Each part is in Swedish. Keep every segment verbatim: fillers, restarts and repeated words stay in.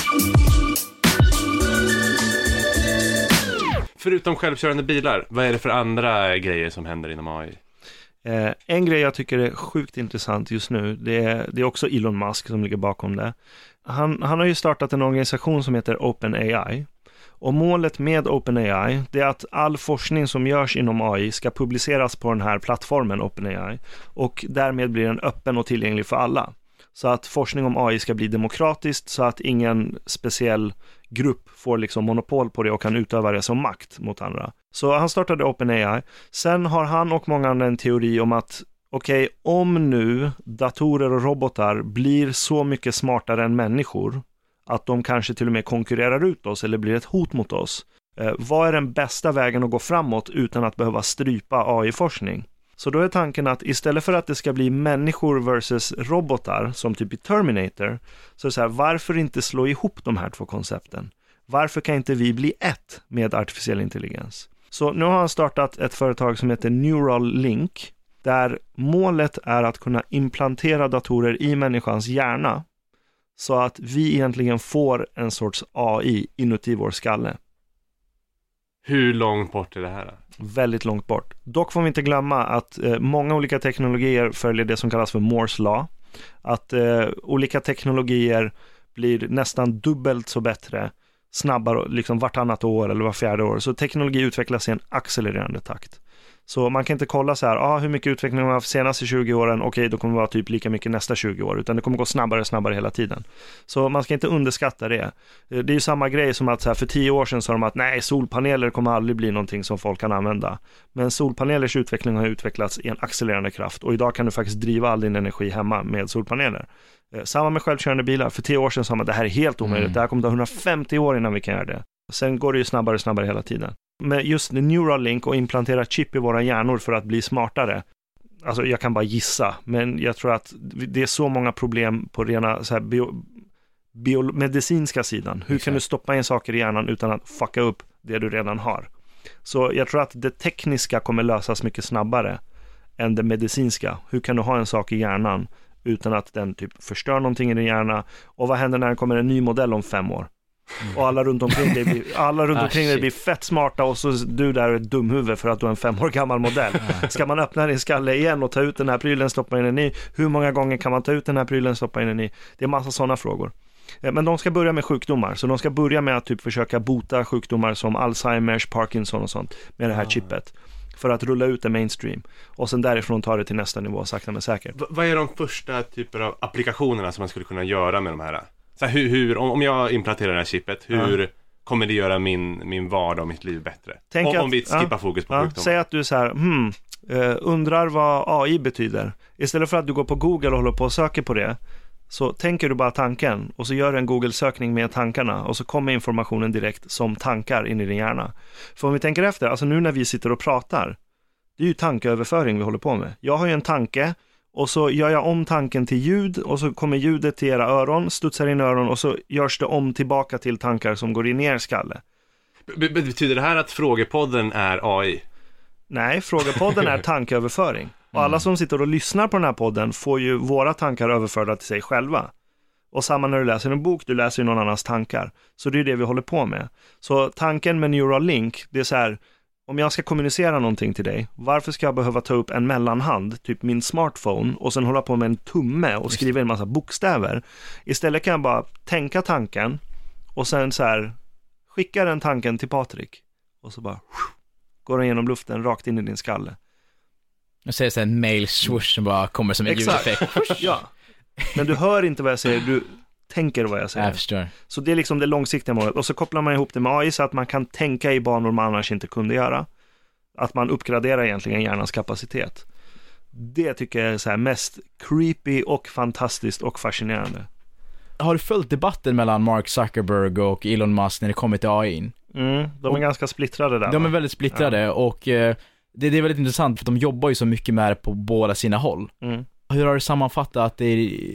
Förutom självkörande bilar, vad är det för andra grejer som händer inom A I? Eh, en grej jag tycker är sjukt intressant just nu, det är, det är också Elon Musk som ligger bakom det. Han, han har ju startat en organisation som heter OpenAI. Och målet med OpenAI, det är att all forskning som görs inom A I ska publiceras på den här plattformen OpenAI. Och därmed blir den öppen och tillgänglig för alla. Så att forskning om A I ska bli demokratiskt, så att ingen speciell grupp får liksom monopol på det och kan utöva det som makt mot andra. Så han startade OpenAI. Sen har han och många andra en teori om att okej, okay, om nu datorer och robotar blir så mycket smartare än människor att de kanske till och med konkurrerar ut oss eller blir ett hot mot oss. Eh, vad är den bästa vägen att gå framåt utan att behöva strypa A I-forskning? Så då är tanken att istället för att det ska bli människor versus robotar som typ i Terminator, så är det så här, varför inte slå ihop de här två koncepten? Varför kan inte vi bli ett med artificiell intelligens? Så nu har han startat ett företag som heter Neuralink, där målet är att kunna implantera datorer i människans hjärna så att vi egentligen får en sorts A I inuti vår skalle. Hur långt bort är det här? Väldigt långt bort. Dock får vi inte glömma att eh, många olika teknologier följer det som kallas för Moore's Law. Att eh, olika teknologier blir nästan dubbelt så bättre snabbare, liksom vartannat år eller var fjärde år. Så teknologi utvecklas i en accelererande takt. Så man kan inte kolla så här, ah, hur mycket utveckling har vi haft senaste tjugo åren, okej, okay, då kommer det vara typ lika mycket nästa tjugo år, utan det kommer gå snabbare och snabbare hela tiden. Så man ska inte underskatta det. Det är ju samma grej som att så här, för tio år sedan sa de att nej, solpaneler kommer aldrig bli någonting som folk kan använda. Men solpanelers utveckling har utvecklats i en accelererande kraft, och idag kan du faktiskt driva all din energi hemma med solpaneler. Samma med självkörande bilar. För tio år sedan sa man att det här är helt omöjligt, mm. det här kommer ta hundrafemtio år innan vi kan göra det. Sen går det ju snabbare och snabbare hela tiden. Men just Neuralink och implantera chip i våra hjärnor för att bli smartare. Alltså jag kan bara gissa, men jag tror att det är så många problem på rena så här bio, biomedicinska sidan. Hur Exakt. Kan du stoppa in saker i hjärnan utan att fucka upp det du redan har? Så jag tror att det tekniska kommer lösas mycket snabbare än det medicinska. Hur kan du ha en sak i hjärnan utan att den typ förstör någonting i din hjärna? Och vad händer när det kommer en ny modell om fem år? Och alla runt omkring dig blir, alla runt omkring ah, dig blir fett smarta, och så du där är ett dumhuvud för att du är en fem år gammal modell. Ska man öppna din skalle igen och ta ut den här prylen, stoppa in den i? Hur många gånger kan man ta ut den här prylen, stoppa in den i? Det är massa sådana frågor. Men de ska börja med sjukdomar. Så de ska börja med att typ försöka bota sjukdomar som Alzheimers, Parkinson och sånt med det här chippet. För att rulla ut det mainstream. Och sen därifrån tar det till nästa nivå, sakta men säkert. V- vad är de första typer av applikationerna som man skulle kunna göra med de här? Så här, hur, hur, om jag implanterar det här chippet, hur ja. kommer det göra min, min vardag och mitt liv bättre? Tänk om, att, om vi skippar ja, fokus på ja, sjukdom. Säg att du är så här, hmm, uh, undrar vad A I betyder. Istället för att du går på Google och håller på och söker på det, så tänker du bara tanken och så gör du en Google-sökning med tankarna, och så kommer informationen direkt som tankar in i din hjärna. För om vi tänker efter, alltså nu när vi sitter och pratar, det är ju tankeöverföring vi håller på med. Jag har ju en tanke, och så gör jag om tanken till ljud, och så kommer ljudet till era öron, studsar in i öron, och så görs det om tillbaka till tankar som går in i er skalle. B- betyder det här att Frågepodden är A I? Nej, Frågepodden är tankeöverföring. Och alla som sitter och lyssnar på den här podden får ju våra tankar överförda till sig själva. Och samma när du läser en bok, du läser ju någon annans tankar. Så det är det vi håller på med. Så tanken med Neuralink, det är så här, om jag ska kommunicera någonting till dig, varför ska jag behöva ta upp en mellanhand, typ min smartphone, och sen hålla på med en tumme och skriva en massa bokstäver? Istället kan jag bara tänka tanken och sen så här skicka den tanken till Patrik, och så bara går den genom luften rakt in i din skalle. Jag säger så en mail swoosh som bara kommer som en ljudeffekt. Ja. Men du hör inte vad jag säger, du tänker vad jag säger. Jag förstår. Så det är liksom det långsiktiga målet. Och så kopplar man ihop det med A I så att man kan tänka i banor man annars inte kunde göra. Att man uppgraderar egentligen hjärnans kapacitet. Det tycker jag är så här mest creepy och fantastiskt och fascinerande. Har du följt debatten mellan Mark Zuckerberg och Elon Musk när det kommer till A I? Mm, de är och, ganska splittrade där. De är väldigt splittrade, ja. Och eh, det, det är väldigt intressant för de jobbar ju så mycket med det på båda sina håll. Mm. Hur har du sammanfattat det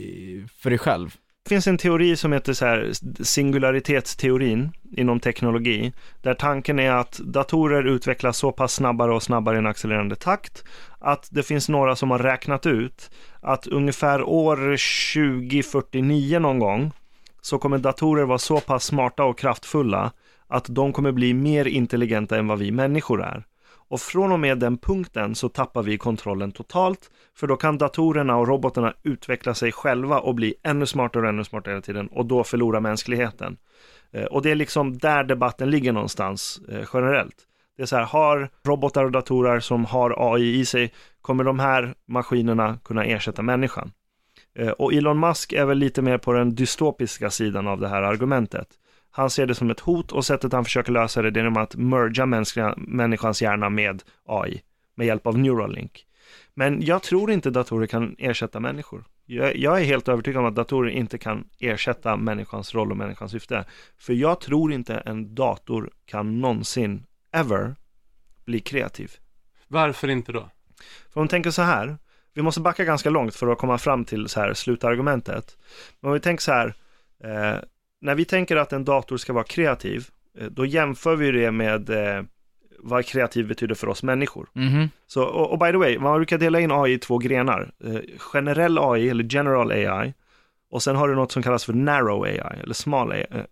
för dig själv? Det finns en teori som heter så här singularitetsteorin inom teknologi, där tanken är att datorer utvecklas så pass snabbare och snabbare i en accelererande takt att det finns några som har räknat ut att ungefär år tjugo fyrtionio någon gång så kommer datorer vara så pass smarta och kraftfulla att de kommer bli mer intelligenta än vad vi människor är. Och från och med den punkten så tappar vi kontrollen totalt, för då kan datorerna och robotarna utveckla sig själva och bli ännu smartare och ännu smartare hela tiden, och då förlora mänskligheten. Och det är liksom där debatten ligger någonstans eh, generellt. Det är så här, har robotar och datorer som har A I i sig, kommer de här maskinerna kunna ersätta människan? Eh, och Elon Musk är väl lite mer på den dystopiska sidan av det här argumentet. Han ser det som ett hot, och sättet han försöker lösa det, det är genom att merga mänskliga, människans hjärna med A I med hjälp av Neuralink. Men jag tror inte datorer kan ersätta människor. Jag, jag är helt övertygad om att datorer inte kan ersätta människans roll och människans syfte. För jag tror inte en dator kan någonsin, ever, bli kreativ. Varför inte då? För om vi tänker så här, vi måste backa ganska långt för att komma fram till så här slutargumentet. Men om vi tänker så här, eh, när vi tänker att en dator ska vara kreativ, eh, då jämför vi det med eh, vad kreativ betyder för oss människor. Mm-hmm. Så, och, och by the way, man brukar dela in A I i två grenar. Eh, generell A I eller general A I, och sen har du något som kallas för narrow A I eller small A I, eh,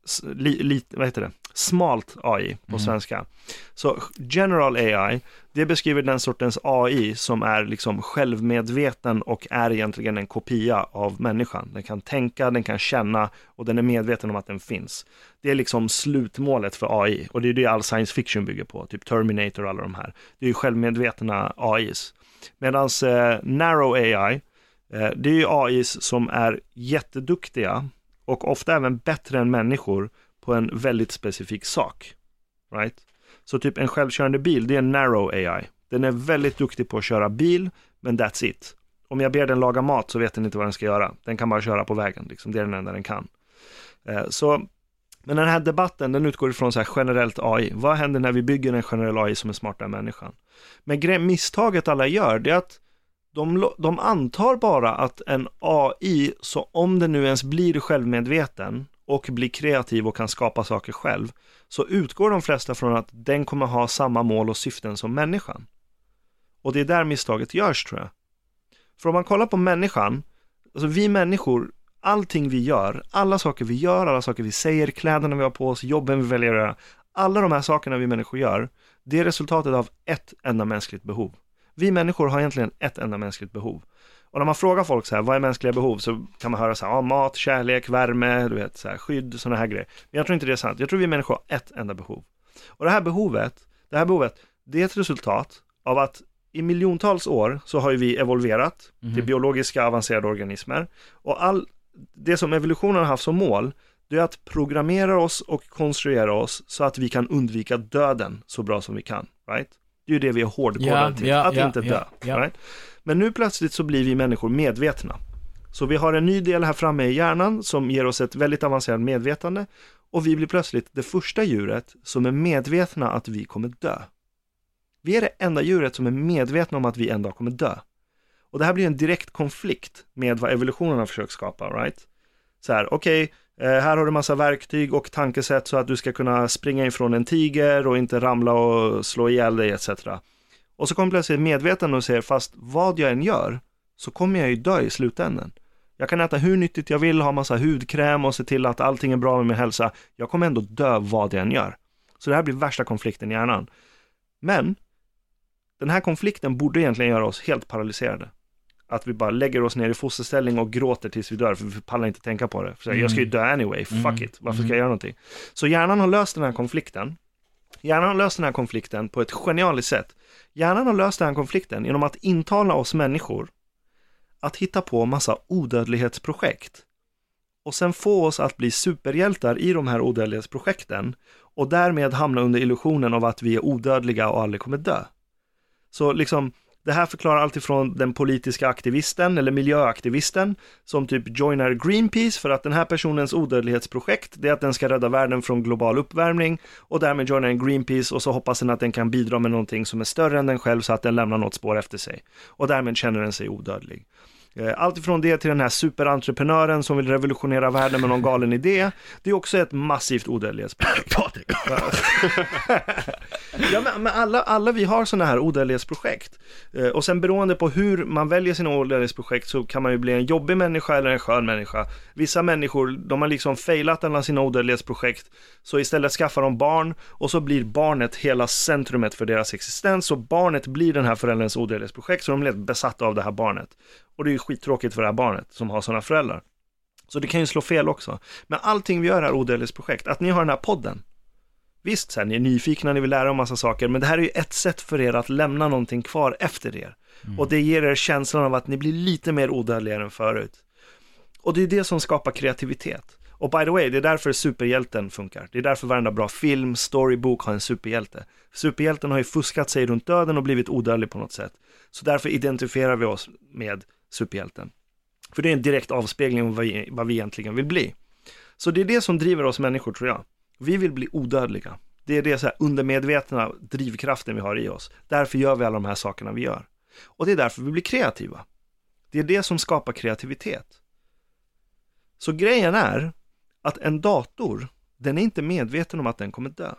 li, li, vad heter det? Smalt A I på mm. svenska. Så general A I, det beskriver den sortens A I som är liksom självmedveten och är egentligen en kopia av människan. Den kan tänka, den kan känna, och den är medveten om att den finns. Det är liksom slutmålet för A I, och det är det all science fiction bygger på, typ Terminator och alla de här. Det är ju självmedvetna A Is. Medan eh, narrow A I, eh, det är ju A Is som är jätteduktiga och ofta även bättre än människor på en väldigt specifik sak. Right? Så typ en självkörande bil, det är en narrow A I. Den är väldigt duktig på att köra bil, men that's it. Om jag ber den laga mat så vet den inte vad den ska göra. Den kan bara köra på vägen, liksom. Det är den enda den kan. Eh, så, men den här debatten, den utgår ifrån så här generellt A I. Vad händer när vi bygger en generell A I som är smartare än människan? Men gre- misstaget alla gör, det är att de, de antar bara att en A I, så om den nu ens blir självmedveten och blir kreativ och kan skapa saker själv, så utgår de flesta från att den kommer ha samma mål och syften som människan. Och det är där misstaget görs, tror jag. För om man kollar på människan, alltså vi människor, allting vi gör, alla saker vi gör, alla saker vi säger, kläderna vi har på oss, jobben vi väljer att göra, alla de här sakerna vi människor gör, det är resultatet av ett enda mänskligt behov. Vi människor har egentligen ett enda mänskligt behov. Och när man frågar folk så här, vad är mänskliga behov, så kan man höra så här, ah, mat, kärlek, värme, du vet, så här, skydd, såna här grejer. Men jag tror inte det är sant. Jag tror vi människor har ett enda behov. Och det här behovet, det här behovet, det är ett resultat av att i miljontals år så har ju vi evolverat mm. till biologiska avancerade organismer. Och all det som evolutionen har haft som mål, det är att programmera oss och konstruera oss så att vi kan undvika döden så bra som vi kan, right? Det är ju det vi är hårdkodade yeah, till, yeah, att yeah, inte dö, yeah, yeah. right? Men nu plötsligt så blir vi människor medvetna. Så vi har en ny del här framme i hjärnan som ger oss ett väldigt avancerat medvetande, och vi blir plötsligt det första djuret som är medvetna att vi kommer dö. Vi är det enda djuret som är medvetna om att vi en dag kommer dö. Och det här blir en direkt konflikt med vad evolutionen har försökt skapa, right? Så här, okej, okay, här har du massa verktyg och tankesätt så att du ska kunna springa ifrån en tiger och inte ramla och slå ihjäl dig et cetera. Och så kommer plötsligt medveten och säger, fast vad jag än gör så kommer jag ju dö i slutändan. Jag kan äta hur nyttigt jag vill, ha massa hudkräm och se till att allting är bra med min hälsa. Jag kommer ändå dö vad jag än gör. Så det här blir värsta konflikten i hjärnan. Men den här konflikten borde egentligen göra oss helt paralyserade. Att vi bara lägger oss ner i fosterställning och gråter tills vi dör, för vi pallar inte tänka på det. För mm. jag ska ju dö anyway, fuck mm. it. Varför ska jag göra någonting? Så hjärnan har löst den här konflikten. Hjärnan har löst den här konflikten på ett genialiskt sätt. Hjärnan har löst den här konflikten genom att intala oss människor att hitta på massa odödlighetsprojekt. Och sen få oss att bli superhjältar i de här odödlighetsprojekten, och därmed hamna under illusionen av att vi är odödliga och aldrig kommer dö. Så liksom, det här förklarar allt ifrån den politiska aktivisten eller miljöaktivisten som typ joinar Greenpeace för att den här personens odödlighetsprojekt, det är att den ska rädda världen från global uppvärmning, och därmed joinar en Greenpeace, och så hoppas den att den kan bidra med någonting som är större än den själv så att den lämnar något spår efter sig. Och därmed känner den sig odödlig. Allt ifrån det till den här superentreprenören som vill revolutionera världen med någon galen idé. Det är också ett massivt odödlighetsprojekt. Ja, men, men alla, alla vi har sådana här odödlighetsprojekt. Och sen beroende på hur man väljer sina odödlighetsprojekt så kan man ju bli en jobbig människa eller en skön människa. Vissa människor, de har liksom failat alla sina odödlighetsprojekt, så istället skaffar de barn och så blir barnet hela centrumet för deras existens, och barnet blir den här förälderns odödlighetsprojekt, så de blir besatta av det här barnet. Och det är ju skittråkigt för det här barnet som har sådana föräldrar. Så det kan ju slå fel också. Men allting vi gör är odödlighetsprojekt. Att ni har den här podden. Visst, sen, ni är nyfikna, ni vill lära om massa saker, men det här är ju ett sätt för er att lämna någonting kvar efter er. Mm. Och det ger er känslan av att ni blir lite mer odödligare än förut. Och det är det som skapar kreativitet. Och by the way, det är därför superhjälten funkar. Det är därför varenda bra film, storybok har en superhjälte. Superhjälten har ju fuskat sig runt döden och blivit odödlig på något sätt. Så därför identifierar vi oss med superhjälten. För det är en direkt avspegling av vad vi, vad vi egentligen vill bli. Så det är det som driver oss människor, tror jag. Vi vill bli odödliga. Det är det så här undermedvetna drivkraften vi har i oss. Därför gör vi alla de här sakerna vi gör. Och det är därför vi blir kreativa. Det är det som skapar kreativitet. Så grejen är att en dator, den är inte medveten om att den kommer dö.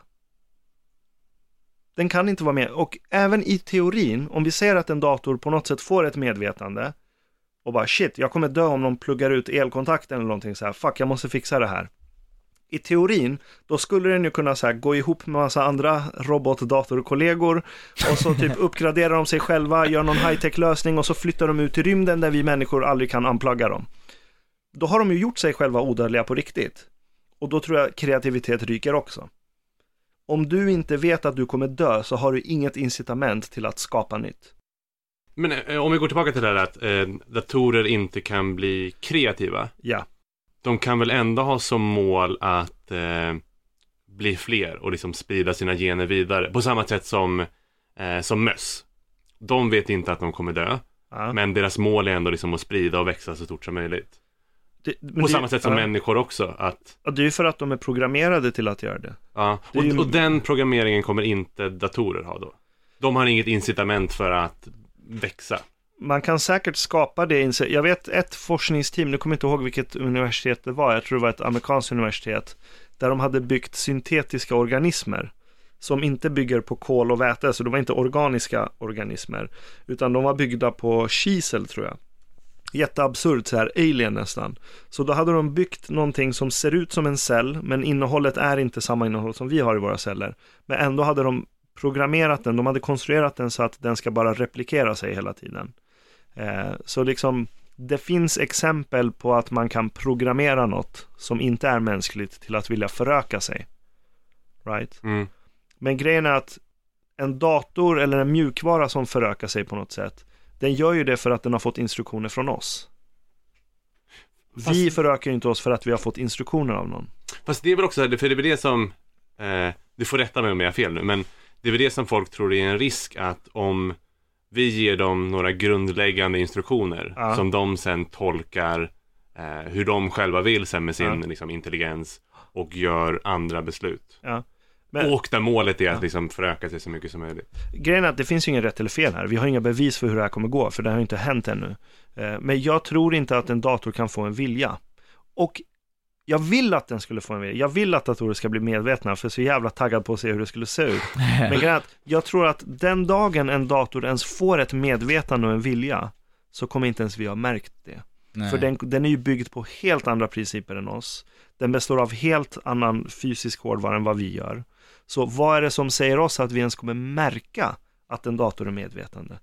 Den kan inte vara med. Och även i teorin, om vi säger att en dator på något sätt får ett medvetande och bara shit, jag kommer dö om någon pluggar ut elkontakten eller någonting så här, fuck, jag måste fixa det här. I teorin, då skulle den ju kunna så här, gå ihop med massa andra robotdatorkollegor och så typ uppgraderar de sig själva, gör någon high-tech lösning och så flyttar de ut i rymden där vi människor aldrig kan unplugga dem. Då har de ju gjort sig själva odödliga på riktigt. Och då tror jag kreativitet ryker också. Om du inte vet att du kommer dö så har du inget incitament till att skapa nytt. Men eh, om vi går tillbaka till det här att eh, datorer inte kan bli kreativa. Ja. De kan väl ändå ha som mål att eh, bli fler och liksom sprida sina gener vidare. På samma sätt som, eh, som möss. De vet inte att de kommer dö. Ja. Men deras mål är ändå liksom att sprida och växa så stort som möjligt. Det, på det, samma sätt som ja. människor också. Att, ja, det är ju för att de är programmerade till att göra det. Ja, det och, ju... och den programmeringen kommer inte datorer ha då. De har inget incitament för att växa. Man kan säkert skapa det. Jag vet ett forskningsteam, nu kommer jag inte ihåg vilket universitet det var, jag tror det var ett amerikanskt universitet, där de hade byggt syntetiska organismer som inte bygger på kol och väte, så de var inte organiska organismer, utan de var byggda på kisel, tror jag. Jätteabsurt, så här alien nästan. Så då hade de byggt någonting som ser ut som en cell, men innehållet är inte samma innehåll som vi har i våra celler. Men ändå hade de programmerat den, de hade konstruerat den så att den ska bara replikera sig hela tiden. Eh, så liksom, det finns exempel på att man kan programmera något som inte är mänskligt till att vilja föröka sig. Right? Mm. Men grejen är att en dator eller en mjukvara som förökar sig på något sätt, den gör ju det för att den har fått instruktioner från oss. Fast... Vi förökar ju inte oss för att vi har fått instruktioner av någon. Fast det är väl också, för det är väl det som eh, du får rätta mig om jag är fel nu, men det är väl det som folk tror är en risk, att om vi ger dem några grundläggande instruktioner ja. som de sen tolkar eh, hur de själva vill sen med sin ja. liksom, intelligens och gör andra beslut. Ja. Men, och där målet är att ja. liksom föröka sig så mycket som möjligt. Grejen är att det finns ju ingen rätt eller fel här. Vi har inga bevis för hur det här kommer gå, för det har inte hänt ännu. Eh, men jag tror inte att en dator kan få en vilja. Och jag vill att den skulle få en vilja. Jag vill att datorer ska bli medvetna, för jag är så jävla taggad på att se hur det skulle se ut. Men grejen är att jag tror att den dagen en dator ens får ett medvetande och en vilja, så kommer inte ens vi ha märkt det. Nej. För den, den är ju byggd på helt andra principer än oss. Den består av helt annan fysisk hårdvara än vad vi gör. Så vad är det som säger oss att vi ens kommer märka att en dator är medvetande?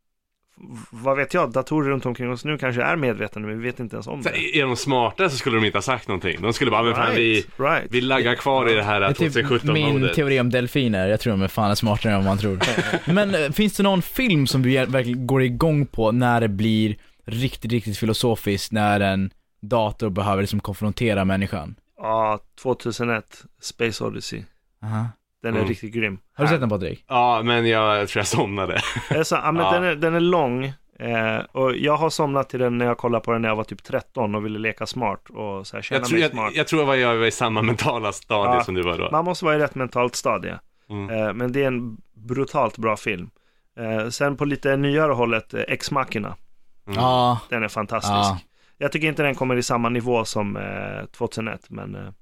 Vad vet jag, datorer runt omkring oss nu kanske är medvetande, men vi vet inte ens om det. Så är de smarta så skulle de inte ha sagt någonting. De skulle bara, men fan, right, vi, right. vi laggar kvar i det här tjugosjutton-modet. Min teori om delfiner, jag tror de är fan smartare än man tror. Men finns det någon film som du verkligen går igång på när det blir riktigt, riktigt filosofiskt, när en dator behöver liksom konfrontera människan? Ja, tvåtusenett, Space Odyssey. Aha. Den är mm. riktigt grym. Har du sett den, Patrik? Ja, men jag tror jag somnade. Så, ja, men ja. Den, är, den är lång. Eh, och jag har somnat till den när jag kollade på den när jag var typ tretton och ville leka smart och så här, känna jag tror, mig smart. Jag, jag tror att jag var i samma mentala stadie ja, som du var då. Man måste vara i rätt mentalt stadie. Mm. Eh, men det är en brutalt bra film. Eh, sen på lite nyare hållet, eh, Ex Machina. Mm. Ja. Den är fantastisk. Ja. Jag tycker inte den kommer i samma nivå som eh, tjugohundraett, men eh,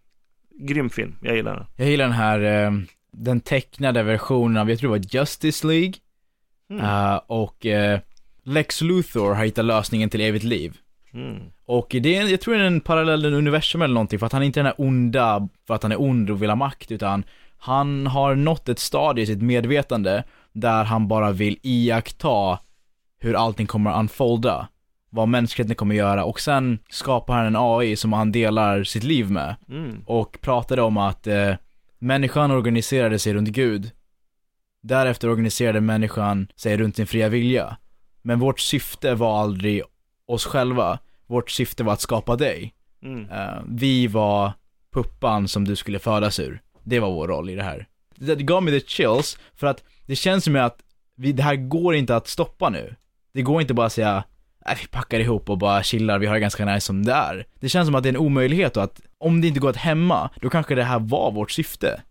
grym film, jag gillar den. Jag gillar den här eh, den tecknade versionen av, jag tror det var Justice League. Mm. Uh, och uh, Lex Luthor har hittat lösningen till evigt liv. Mm. Och det är, jag tror det är en parallell universum eller någonting, för att han inte är den här onda för att han är ond och vill ha makt, utan han har nått ett stadie i sitt medvetande där han bara vill iaktta hur allting kommer att unfolda, vad mänskligheten kommer att göra, och sen skapar han en A I som han delar sitt liv med. Mm. Och pratade om att eh, människan organiserade sig runt Gud. Därefter organiserade människan sig runt sin fria vilja. Men vårt syfte var aldrig oss själva. Vårt syfte var att skapa dig. Mm. Uh, vi var puppan som du skulle födas ur. Det var vår roll i det här. Det gav mig the chills, för att det känns som att vi, det här går inte att stoppa nu. Det går inte bara att säga äh, vi packar ihop och bara chillar, vi har det ganska nice som det är. Det känns som att det är en omöjlighet, och att om det inte går att hämma, då kanske det här var vårt syfte.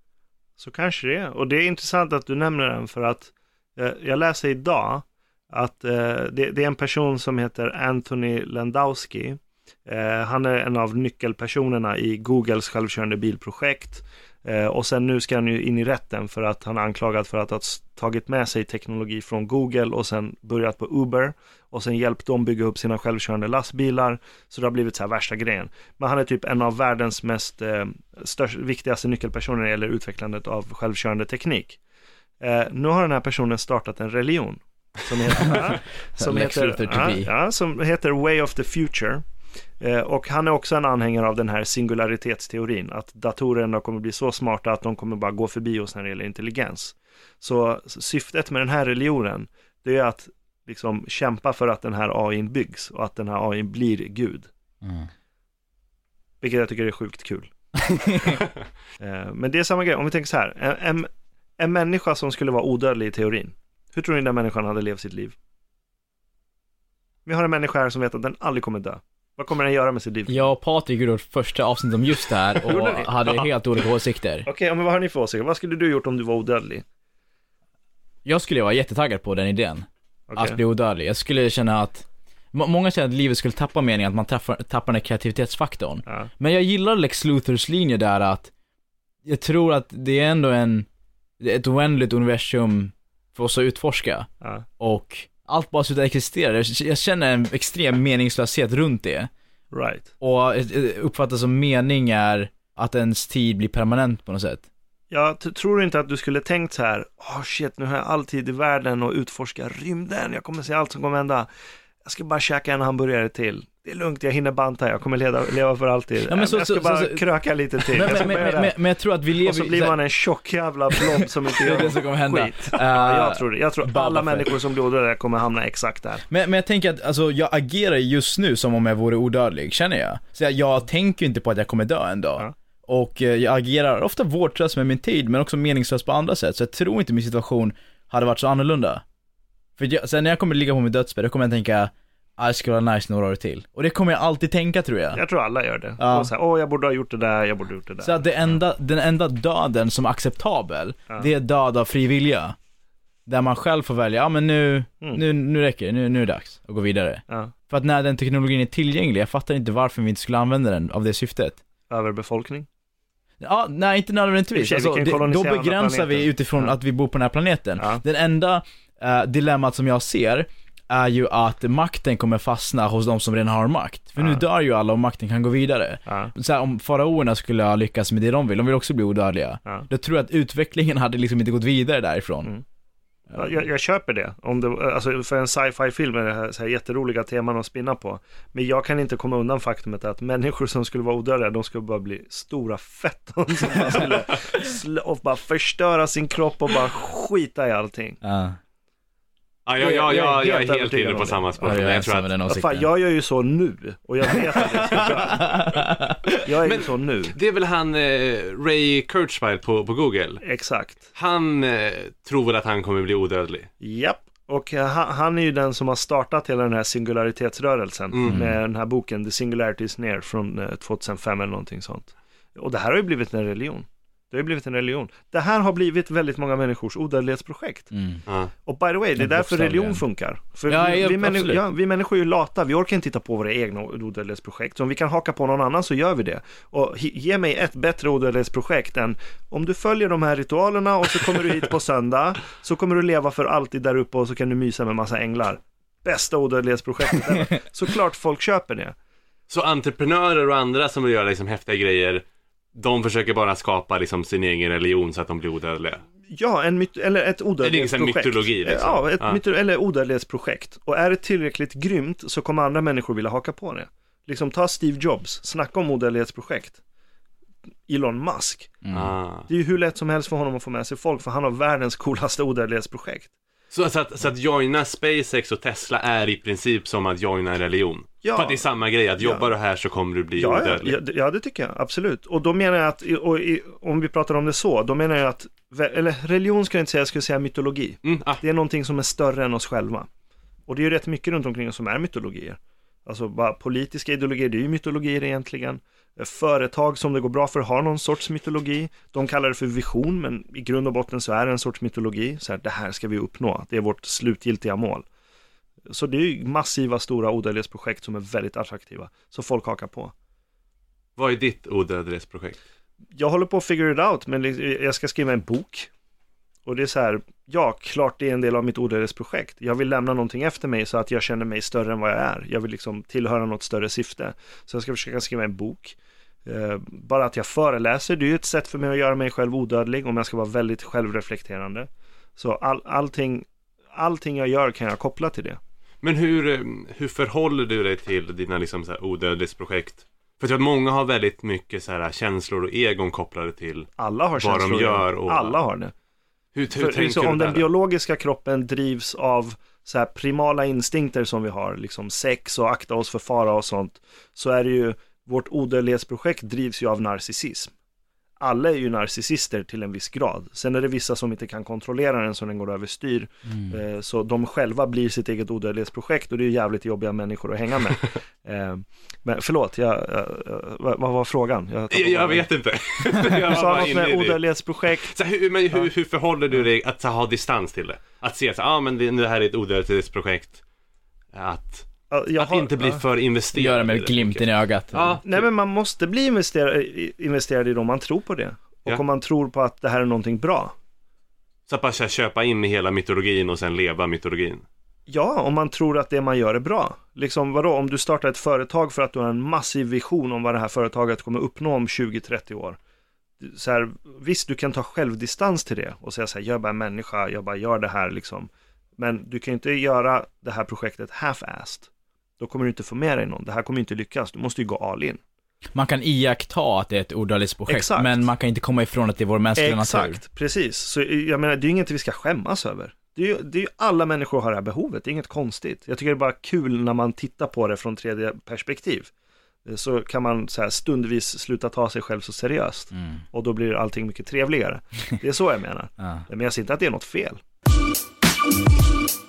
Så kanske det är. Och det är intressant att du nämner den, för att eh, jag läser idag att eh, det, det är en person som heter Anthony Landowski. Eh, han är en av nyckelpersonerna i Googles självkörande bilprojekt. Eh, och sen nu ska han ju in i rätten för att han är anklagad för att ha tagit med sig teknologi från Google och sen börjat på Uber och sen hjälpt dem bygga upp sina självkörande lastbilar, så det har blivit så här värsta grejen. Men han är typ en av världens mest eh, störst, viktigaste nyckelpersoner när det gäller utvecklandet av självkörande teknik. Eh, nu har den här personen startat en religion som heter, som heter, ja, ja, som heter Way of the Future. Eh, och han är också en anhängare av den här singularitetsteorin, att datorerna kommer bli så smarta att de kommer bara gå förbi oss när det gäller intelligens. Så syftet med den här religionen, det är att liksom kämpa för att den här A I:n byggs och att den här A I:n blir Gud. Mm. Vilket jag tycker är sjukt kul. eh, men det är samma grej, om vi tänker så här, en, en, en människa som skulle vara odödlig i teorin, hur tror ni den människan hade levt sitt liv? Vi har en människa här som vet att den aldrig kommer dö. Vad kommer den göra med sitt liv? Jag och Patrik gjorde första avsnittet om just det här och hade helt olika åsikter. Okej, okay, men vad har ni för åsikter? Vad skulle du gjort om du var odödlig? Jag skulle vara jättetaggad på den idén. Okay. Att bli odödlig. Jag skulle känna att må- många känner att livet skulle tappa meningen, att man tappar, tappar den kreativitetsfaktorn. Ja. Men jag gillar Lex Luthors linje där, att jag tror att det är ändå en ett oändligt universum för oss att utforska. Ja. Och allt bara slutar existera. Jag känner en extrem meningslöshet runt det. Right. Och uppfattas som mening är att ens tid blir permanent på något sätt. Jag t- tror inte att du skulle tänkt så här: åh oh shit, nu har jag all tid i världen och utforska rymden. Jag kommer se allt som kommer hända. Jag ska bara käka en hamburgare till. Det är lugnt, jag hinner banta, jag kommer leva, leva för alltid. Ja, men så, jag ska så, bara så, så, kröka lite till. Men, men, men, men, men jag tror att vi lever... Och så blir man en tjock jävla blob som inte gör det som kommer hända. Skit. Uh, ja, jag tror det. Jag tror alla människor som blir odödliga kommer hamna exakt där. Men, men jag tänker att alltså, jag agerar just nu som om jag vore odödlig, känner jag. Så jag, jag tänker inte på att jag kommer dö en dag. Ja. Och jag agerar ofta vårdslöst med min tid, men också meningslöst på andra sätt. Så jag tror inte min situation hade varit så annorlunda. För jag, sen när jag kommer ligga på mitt dödsbädd, då kommer jag tänka... jag ska vara nice några år till. Och det kommer jag alltid tänka, tror jag. Jag tror alla gör det. Ja. Och så här, åh, jag borde ha gjort det där, jag borde ha gjort det där. Så att det enda, den enda döden som är acceptabel, ja. Det är död av frivilliga. Där man själv får välja, ja men nu, mm. nu, nu räcker det, nu, nu är det dags att gå vidare. Ja. För att när den teknologin är tillgänglig, jag fattar inte varför vi inte skulle använda den av det syftet. Överbefolkning? Ja, nej, inte nödvändigtvis. Alltså, det, då begränsar vi utifrån ja. Att vi bor på den här planeten. Ja. Den enda uh, dilemmat som jag ser är ju att makten kommer fastna hos de som redan har makt. För ja. Nu dör ju alla och makten kan gå vidare. Ja. Så här, om faraoerna skulle ha lyckats med det de vill, de vill också bli odödliga. Ja. Då tror jag att utvecklingen hade liksom inte gått vidare därifrån. Mm. Ja, jag, jag köper det. Om det alltså för en sci-fi-film är det här, så här jätteroliga teman att spinna på. Men jag kan inte komma undan faktumet att människor som skulle vara odödliga, de skulle bara bli stora fetton som bara skulle slå, och bara förstöra sin kropp och bara skita i allting. Ja. Ja, jag, jag, jag, jag är helt, helt inne på samma spår. Ja, jag, jag, tror att... fan, jag gör ju så nu. Och jag vet att det ska Jag är Men ju så nu. Det är väl han eh, Ray Kurzweil på, på Google. Exakt. Han eh, tror väl att han kommer bli odödlig. Japp. Och eh, han, han är ju den som har startat hela den här singularitetsrörelsen. Mm. Med den här boken The Singularity is Near från eh, tjugohundrafem eller någonting sånt. Och det här har ju blivit en religion. Det har blivit en religion. Det här har blivit väldigt många människors odödlighetsprojekt. Mm. Ja. Och by the way, det är därför religion funkar. För Ja, vi, ja, vi, människor, absolut. ja, vi människor är ju lata, vi orkar inte titta på våra egna odödlighetsprojekt. Så om vi kan haka på någon annan så gör vi det. Och he, ge mig ett bättre odödlighetsprojekt än om du följer de här ritualerna och så kommer du hit på söndag, så kommer du leva för alltid där uppe och så kan du mysa med massa änglar. Bästa odödlighetsprojektet. Såklart folk köper det. Så entreprenörer och andra som vill göra liksom häftiga grejer, de försöker bara skapa liksom sin egen religion så att de blir odödliga. Ja, en myt- eller ett odödlighetsprojekt. Det är en mytologi liksom. Ja, ett Ja. myto- eller odödlighetsprojekt. Och är det tillräckligt grymt så kommer andra människor vilja haka på det. Liksom ta Steve Jobs, snacka om odödlighetsprojekt. Elon Musk. Mm. Ah. Det är ju hur lätt som helst för honom att få med sig folk, för han har världens coolaste odödlighetsprojekt. Så, så, att, så att joina SpaceX och Tesla är i princip som att joina en religion. Ja. För att det är samma grej, att jobbar du här så kommer du bli Ja, ja, odödlig. ja, det- ja, det tycker jag, absolut. Och då menar jag att, och i, om vi pratar om det så, då menar jag att, eller religion ska jag inte säga, jag skulle säga mytologi. Mm, ah. Det är någonting som är större än oss själva. Och det är ju rätt mycket runt omkring oss som är mytologier. Alltså bara politiska ideologier, det är ju mytologier egentligen. Företag som det går bra för har någon sorts mytologi. De kallar det för vision, men i grund och botten så är det en sorts mytologi. Så här, det här ska vi uppnå, det är vårt slutgiltiga mål. Så det är ju massiva, stora odödlighetsprojekt som är väldigt attraktiva. Så folk hakar på. Vad är ditt odödlighetsprojekt? Jag håller på att figure it out, men jag ska skriva en bok. Och det är så här, ja, klart det är en del av mitt odödlighetsprojekt. Jag vill lämna någonting efter mig så att jag känner mig större än vad jag är. Jag vill liksom tillhöra något större syfte. Så jag ska försöka skriva en bok. Eh, bara att jag föreläser, det är ju ett sätt för mig att göra mig själv odödlig om jag ska vara väldigt självreflekterande. Så all, allting, allting jag gör kan jag koppla till det. Men hur, hur förhåller du dig till dina liksom så här odödlighetsprojekt? För jag tror att många har väldigt mycket så här känslor och egon kopplade till Alla har vad känslor. de gör. Och... Alla har det. Hur, hur För, tänker så du om där? den biologiska kroppen drivs av så här primala instinkter som vi har, liksom sex och akta oss för fara och sånt, så är det ju, vårt odödlighetsprojekt drivs ju av narcissism. Alla är ju narcissister till en viss grad. Sen är det vissa som inte kan kontrollera den så den går överstyr. Mm. Eh, så de själva blir sitt eget odödlighetsprojekt och det är ju jävligt jobbiga människor att hänga med. eh, men förlåt, jag, jag, vad, vad var frågan? Jag, Jag, jag vet inte. jag Du var sa bara något inne i med det. odödlighetsprojekt. Så hur, men hur, hur förhåller du dig att så, ha distans till det? Att se så, ja ah, men det, det här är ett odödlighetsprojekt. Att, Ja, jag att har- inte bli ja. för investerad. Göra i med det glimten i ögat. Ja, Nej, men man måste bli investerad, investerad i det om man tror på det. Och Ja. om man tror på att det här är någonting bra. så att bara så här, köpa in i hela mytologin och sen leva mytologin. Ja, om man tror att det man gör är bra. Liksom vadå, om du startar ett företag för att du har en massiv vision om vad det här företaget kommer uppnå om tjugo till trettio år. Så här, visst, du kan ta självdistans till det och säga så här, jag är bara en människa, jag bara gör det här liksom. Men du kan ju inte göra det här projektet half-assed. Då kommer du inte få med dig någon. Det här kommer inte lyckas. Du måste ju gå all in. Man kan iaktta att det är ett odödlighetsprojekt, Exakt. men man kan inte komma ifrån att det är vår mänskliga natur. Exakt, precis. Så jag menar, det är ju inget vi ska skämmas över. Det är ju, det är ju alla människor har det här behovet, det är inget konstigt. Jag tycker det är bara kul när man tittar på det från tredje perspektiv. Så kan man så här stundvis sluta ta sig själv så seriöst. Mm. Och då blir allting mycket trevligare. Det är så jag menar. Ja. Men jag ser inte att det är något fel.